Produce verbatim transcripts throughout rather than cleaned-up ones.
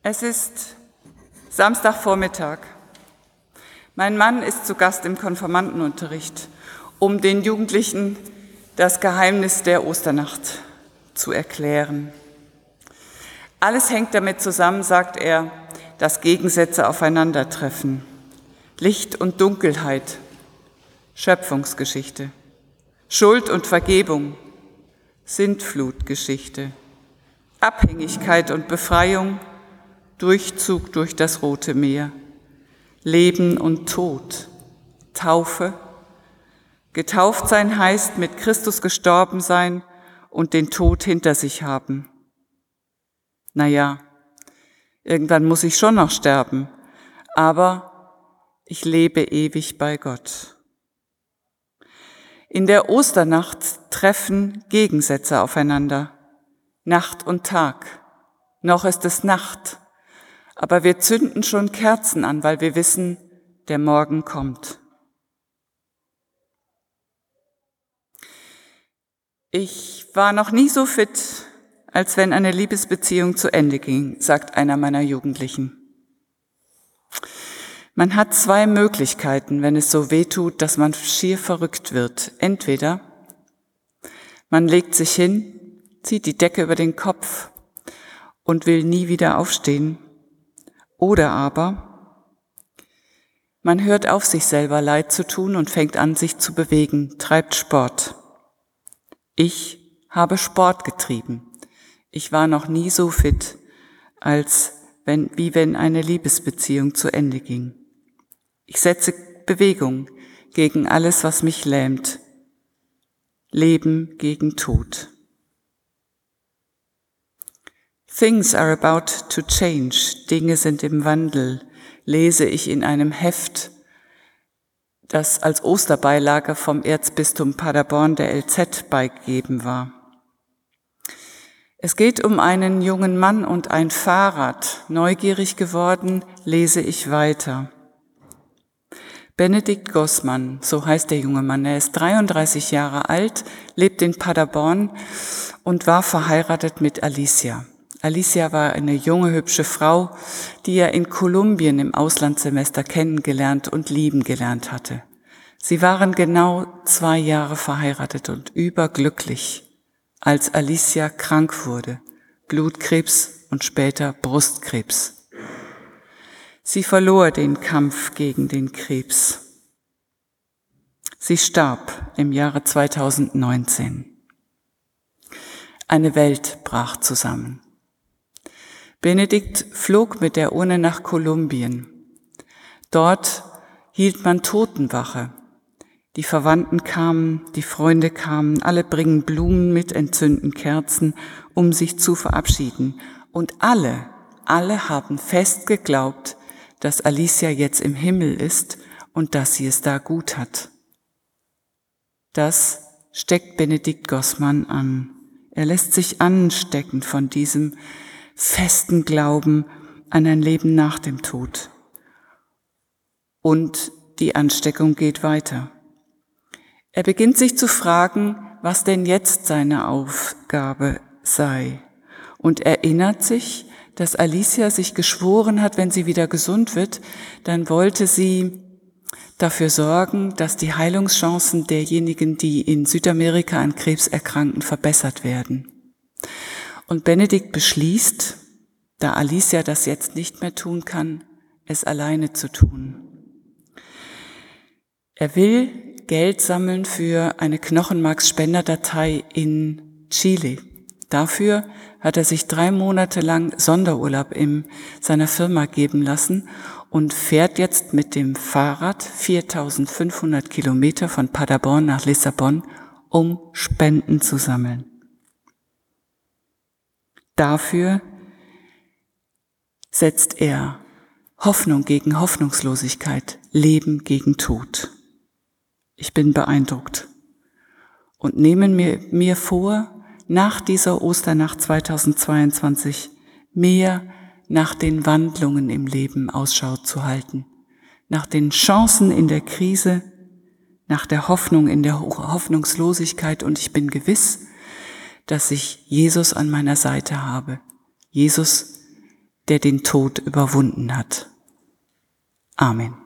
Es ist Samstagvormittag. Mein Mann ist zu Gast im Konfirmandenunterricht, um den Jugendlichen das Geheimnis der Osternacht zu erklären. Alles hängt damit zusammen, sagt er, dass Gegensätze aufeinandertreffen. Licht und Dunkelheit, Schöpfungsgeschichte, Schuld und Vergebung, Sintflutgeschichte, Abhängigkeit und Befreiung, Durchzug durch das Rote Meer, Leben und Tod, Taufe. Getauft sein heißt mit Christus gestorben sein und den Tod hinter sich haben. Naja, irgendwann muss ich schon noch sterben, aber ich lebe ewig bei Gott. In der Osternacht treffen Gegensätze aufeinander, Nacht und Tag. Noch ist es Nacht, aber wir zünden schon Kerzen an, weil wir wissen, der Morgen kommt. Ich war noch nie so fit, als wenn eine Liebesbeziehung zu Ende ging, sagt einer meiner Jugendlichen. Man hat zwei Möglichkeiten, wenn es so weh tut, dass man schier verrückt wird. Entweder man legt sich hin, zieht die Decke über den Kopf und will nie wieder aufstehen. Oder aber man hört auf, sich selber leid zu tun und fängt an, sich zu bewegen, treibt Sport. Ich habe Sport getrieben. Ich war noch nie so fit, als wenn, wie wenn eine Liebesbeziehung zu Ende ging. Ich setze Bewegung gegen alles, was mich lähmt. Leben gegen Tod. Things are about to change. Dinge sind im Wandel, lese ich in einem Heft, das als Osterbeilage vom Erzbistum Paderborn der L Z beigegeben war. Es geht um einen jungen Mann und ein Fahrrad. Neugierig geworden, lese ich weiter. Benedikt Gossmann, so heißt der junge Mann, er ist dreiunddreißig Jahre alt, lebt in Paderborn und war verheiratet mit Alicia. Alicia war eine junge, hübsche Frau, die er in Kolumbien im Auslandssemester kennengelernt und lieben gelernt hatte. Sie waren genau zwei Jahre verheiratet und überglücklich, als Alicia krank wurde, Blutkrebs und später Brustkrebs. Sie verlor den Kampf gegen den Krebs. Sie starb im Jahre zweitausendneunzehn. Eine Welt brach zusammen. Benedikt flog mit der Urne nach Kolumbien. Dort hielt man Totenwache. Die Verwandten kamen, die Freunde kamen, alle bringen Blumen mit, entzünden Kerzen, um sich zu verabschieden. Und alle, alle haben fest geglaubt, dass Alicia jetzt im Himmel ist und dass sie es da gut hat. Das steckt Benedikt Gossmann an. Er lässt sich anstecken von diesem festen Glauben an ein Leben nach dem Tod. Und die Ansteckung geht weiter. Er beginnt sich zu fragen, was denn jetzt seine Aufgabe sei, und erinnert sich, dass Alicia sich geschworen hat, wenn sie wieder gesund wird, dann wollte sie dafür sorgen, dass die Heilungschancen derjenigen, die in Südamerika an Krebs erkranken, verbessert werden. Und Benedikt beschließt, da Alicia das jetzt nicht mehr tun kann, es alleine zu tun. Er will Geld sammeln für eine Knochenmarksspenderdatei in Chile. Dafür hat er sich drei Monate lang Sonderurlaub in seiner Firma geben lassen und fährt jetzt mit dem Fahrrad viertausendfünfhundert Kilometer von Paderborn nach Lissabon, um Spenden zu sammeln. Dafür setzt er Hoffnung gegen Hoffnungslosigkeit, Leben gegen Tod. Ich bin beeindruckt und nehme mir, mir vor, nach dieser Osternacht zweitausendzweiundzwanzig mehr nach den Wandlungen im Leben Ausschau zu halten, nach den Chancen in der Krise, nach der Hoffnung in der Hoffnungslosigkeit, und ich bin gewiss, dass ich Jesus an meiner Seite habe. Jesus der den Tod überwunden hat. Amen.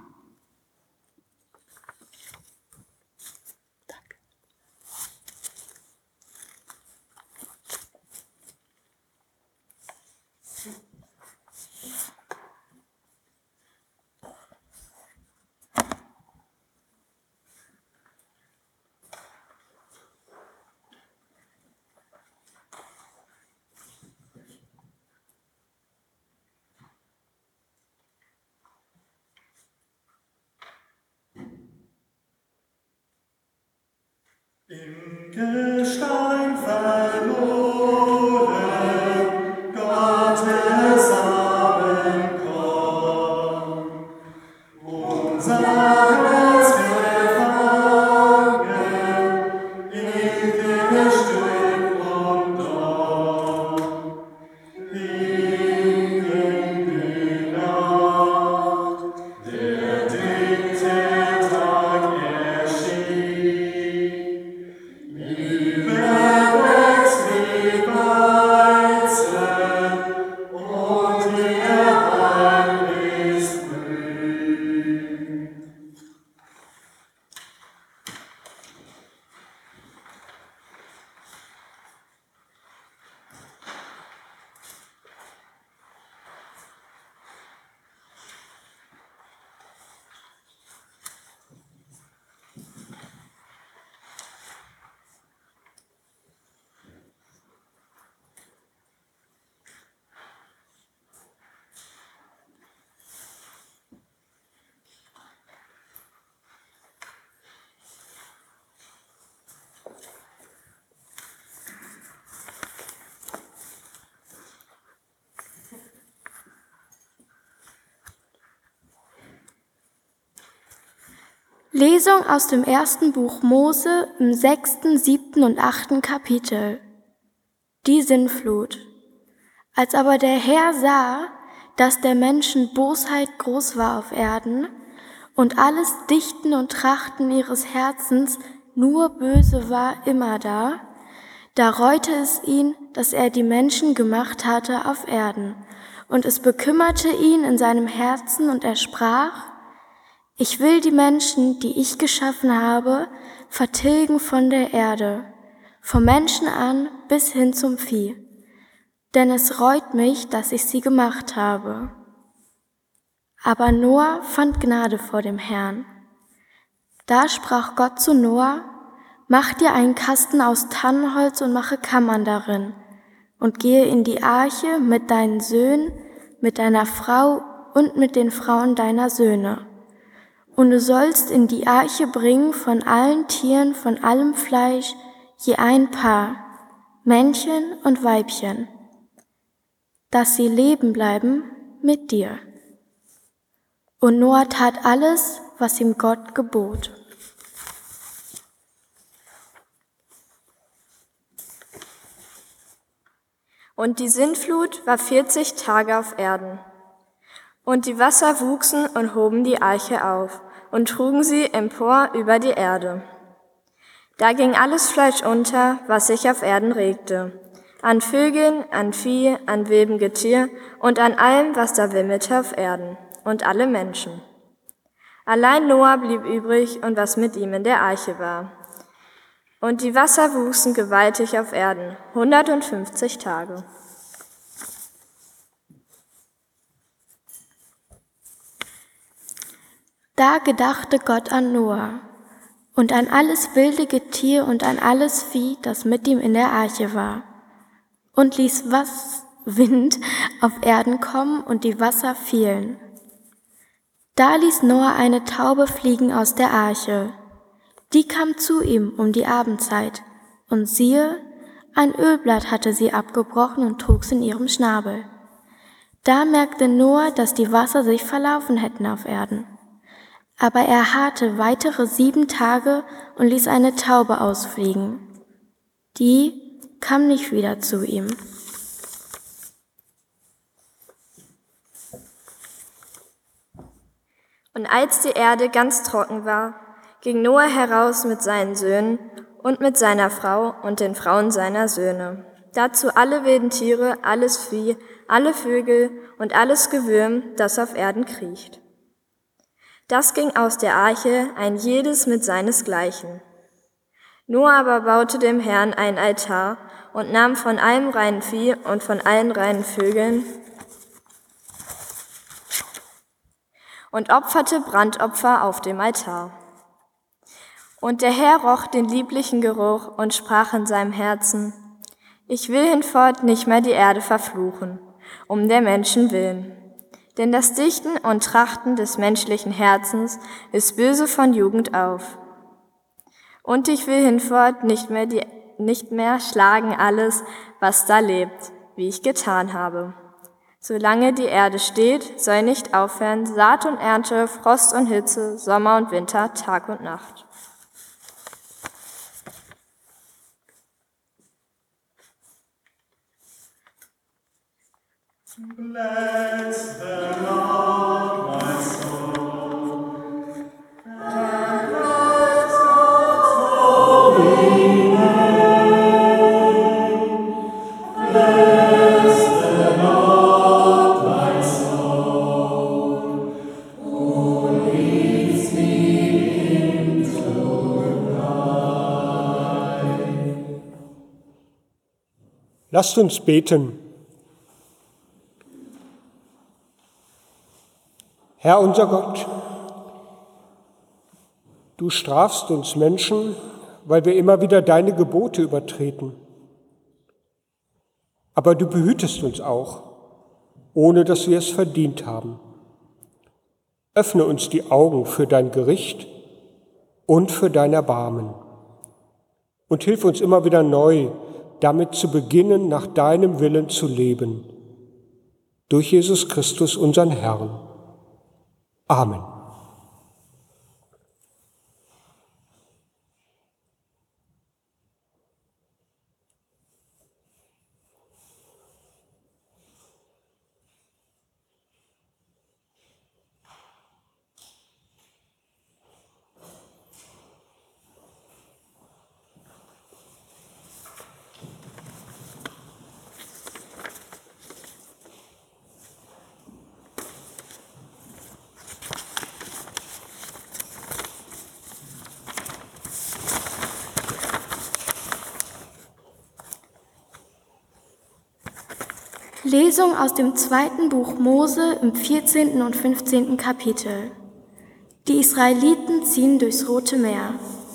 Im Gestein verloren, Gottes Abendkorn, unser Herz gefangen, ewige Stück und Dorn, in die Nacht, der dritte Tag erschien. Lesung aus dem ersten Buch Mose im sechsten, siebten und achten Kapitel. Die Sintflut. Als aber der Herr sah, dass der Menschen Bosheit groß war auf Erden und alles Dichten und Trachten ihres Herzens nur böse war immerdar, da reute es ihn, dass er die Menschen gemacht hatte auf Erden, und es bekümmerte ihn in seinem Herzen, und er sprach: Ich will die Menschen, die ich geschaffen habe, vertilgen von der Erde, vom Menschen an bis hin zum Vieh. Denn es reut mich, dass ich sie gemacht habe. Aber Noah fand Gnade vor dem Herrn. Da sprach Gott zu Noah: Mach dir einen Kasten aus Tannenholz und mache Kammern darin, und gehe in die Arche mit deinen Söhnen, mit deiner Frau und mit den Frauen deiner Söhne. Und du sollst in die Arche bringen von allen Tieren, von allem Fleisch, je ein Paar, Männchen und Weibchen, dass sie leben bleiben mit dir. Und Noah tat alles, was ihm Gott gebot. Und die Sintflut war vierzig Tage auf Erden. Und die Wasser wuchsen und hoben die Arche auf und trugen sie empor über die Erde. Da ging alles Fleisch unter, was sich auf Erden regte, an Vögeln, an Vieh, an wildem Getier und an allem, was da wimmelte auf Erden, und alle Menschen. Allein Noah blieb übrig und was mit ihm in der Arche war. Und die Wasser wuchsen gewaltig auf Erden, hundertfünfzig Tage. Da gedachte Gott an Noah und an alles wilde Getier und an alles Vieh, das mit ihm in der Arche war, und ließ was Wind auf Erden kommen, und die Wasser fielen. Da ließ Noah eine Taube fliegen aus der Arche. Die kam zu ihm um die Abendzeit, und siehe, ein Ölblatt hatte sie abgebrochen und trug's in ihrem Schnabel. Da merkte Noah, dass die Wasser sich verlaufen hätten auf Erden. Aber er harrte weitere sieben Tage und ließ eine Taube ausfliegen. Die kam nicht wieder zu ihm. Und als die Erde ganz trocken war, ging Noah heraus mit seinen Söhnen und mit seiner Frau und den Frauen seiner Söhne. Dazu alle wilden Tiere, alles Vieh, alle Vögel und alles Gewürm, das auf Erden kriecht. Das ging aus der Arche, ein jedes mit seinesgleichen. Noah aber baute dem Herrn ein Altar und nahm von allem reinen Vieh und von allen reinen Vögeln und opferte Brandopfer auf dem Altar. Und der Herr roch den lieblichen Geruch und sprach in seinem Herzen: Ich will hinfort nicht mehr die Erde verfluchen, um der Menschen willen. Denn das Dichten und Trachten des menschlichen Herzens ist böse von Jugend auf. Und ich will hinfort nicht mehr, die, nicht mehr schlagen alles, was da lebt, wie ich getan habe. Solange die Erde steht, soll nicht aufhören Saat und Ernte, Frost und Hitze, Sommer und Winter, Tag und Nacht. Bless the Lord, my soul, and bless God's holy name. Bless the Lord, my soul, who leads me into life. Lasst uns beten. Herr unser Gott, du strafst uns Menschen, weil wir immer wieder deine Gebote übertreten. Aber du behütest uns auch, ohne dass wir es verdient haben. Öffne uns die Augen für dein Gericht und für dein Erbarmen. Und hilf uns immer wieder neu, damit zu beginnen, nach deinem Willen zu leben. Durch Jesus Christus, unseren Herrn. Amen. Lesung aus dem zweiten Buch Mose im vierzehnten und fünfzehnten Kapitel. Die Israeliten ziehen durchs Rote Meer.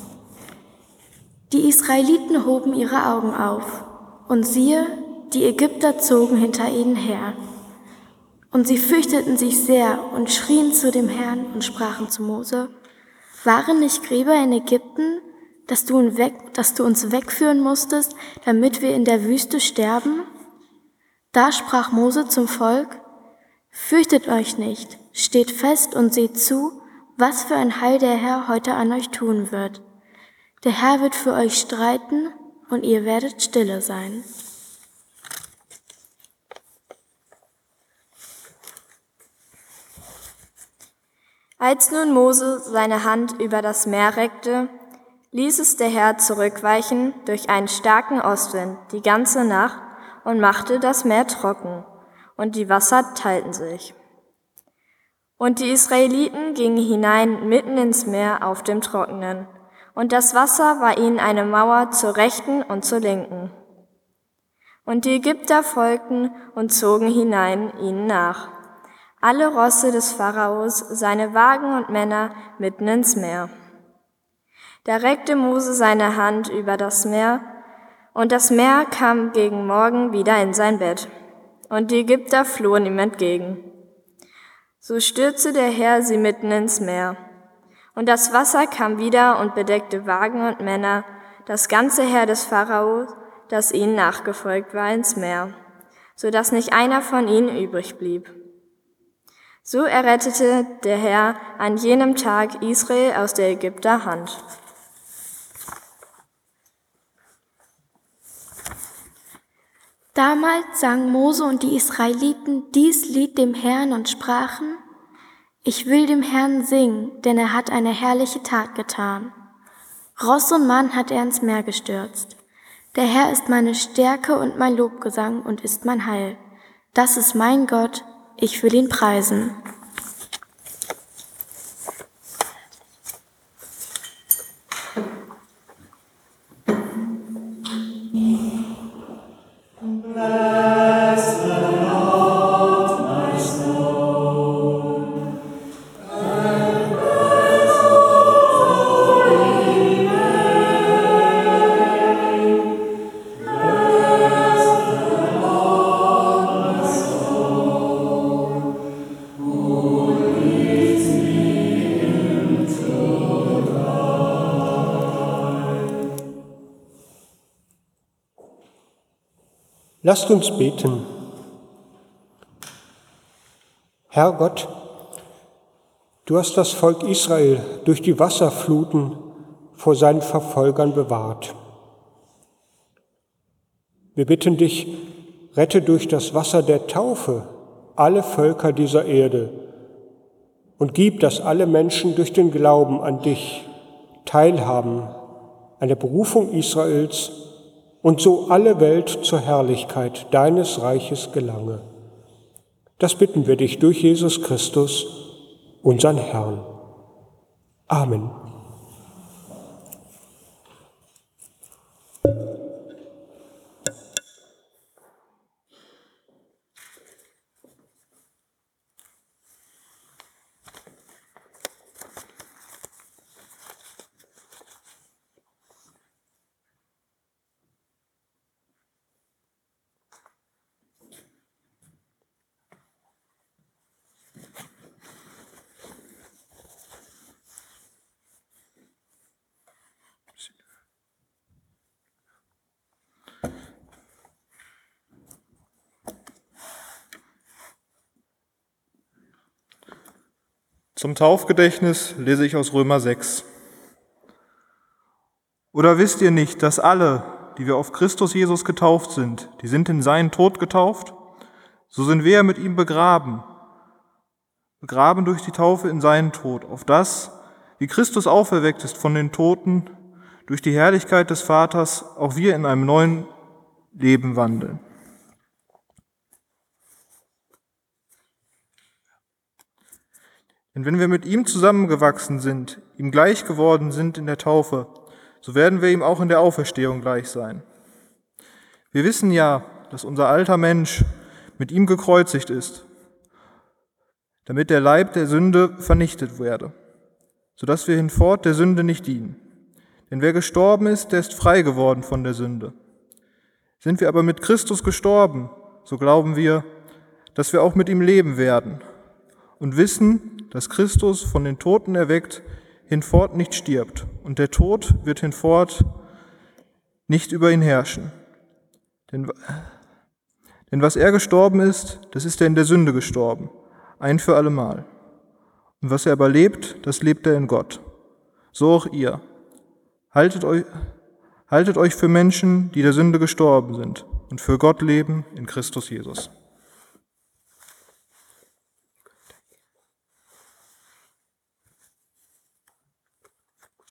Die Israeliten hoben ihre Augen auf, und siehe, die Ägypter zogen hinter ihnen her. Und sie fürchteten sich sehr und schrien zu dem Herrn und sprachen zu Mose: Waren nicht Gräber in Ägypten, dass du, weg, dass du uns wegführen musstest, damit wir in der Wüste sterben? Da sprach Mose zum Volk: Fürchtet euch nicht, steht fest und seht zu, was für ein Heil der Herr heute an euch tun wird. Der Herr wird für euch streiten, und ihr werdet stille sein. Als nun Mose seine Hand über das Meer reckte, ließ es der Herr zurückweichen durch einen starken Ostwind die ganze Nacht und machte das Meer trocken, und die Wasser teilten sich. Und die Israeliten gingen hinein mitten ins Meer auf dem Trockenen, und das Wasser war ihnen eine Mauer zur Rechten und zur Linken. Und die Ägypter folgten und zogen hinein ihnen nach, alle Rosse des Pharaos, seine Wagen und Männer mitten ins Meer. Da reckte Mose seine Hand über das Meer, und das Meer kam gegen Morgen wieder in sein Bett, und die Ägypter flohen ihm entgegen. So stürzte der Herr sie mitten ins Meer, und das Wasser kam wieder und bedeckte Wagen und Männer, das ganze Heer des Pharao, das ihnen nachgefolgt war, ins Meer, so dass nicht einer von ihnen übrig blieb. So errettete der Herr an jenem Tag Israel aus der Ägypter Hand. Damals sangen Mose und die Israeliten dies Lied dem Herrn und sprachen: Ich will dem Herrn singen, denn er hat eine herrliche Tat getan. Ross und Mann hat er ins Meer gestürzt. Der Herr ist meine Stärke und mein Lobgesang und ist mein Heil. Das ist mein Gott, ich will ihn preisen. Lasst uns beten. Herr Gott, du hast das Volk Israel durch die Wasserfluten vor seinen Verfolgern bewahrt. Wir bitten dich, rette durch das Wasser der Taufe alle Völker dieser Erde und gib, dass alle Menschen durch den Glauben an dich teilhaben an der Berufung Israels und so alle Welt zur Herrlichkeit deines Reiches gelange. Das bitten wir dich durch Jesus Christus, unseren Herrn. Amen. Zum Taufgedächtnis lese ich aus Römer sechs. Oder wisst ihr nicht, dass alle, die wir auf Christus Jesus getauft sind, die sind in seinen Tod getauft? So sind wir ja mit ihm begraben, begraben durch die Taufe in seinen Tod, auf das, wie Christus auferweckt ist von den Toten, durch die Herrlichkeit des Vaters auch wir in einem neuen Leben wandeln. Denn wenn wir mit ihm zusammengewachsen sind, ihm gleich geworden sind in der Taufe, so werden wir ihm auch in der Auferstehung gleich sein. Wir wissen ja, dass unser alter Mensch mit ihm gekreuzigt ist, damit der Leib der Sünde vernichtet werde, sodass wir hinfort der Sünde nicht dienen. Denn wer gestorben ist, der ist frei geworden von der Sünde. Sind wir aber mit Christus gestorben, so glauben wir, dass wir auch mit ihm leben werden und wissen, dass Christus von den Toten erweckt hinfort nicht stirbt und der Tod wird hinfort nicht über ihn herrschen. Denn, denn was er gestorben ist, das ist er in der Sünde gestorben, ein für allemal. Und was er aber lebt, das lebt er in Gott. So auch ihr. Haltet euch, haltet euch für Menschen, die der Sünde gestorben sind und für Gott leben in Christus Jesus.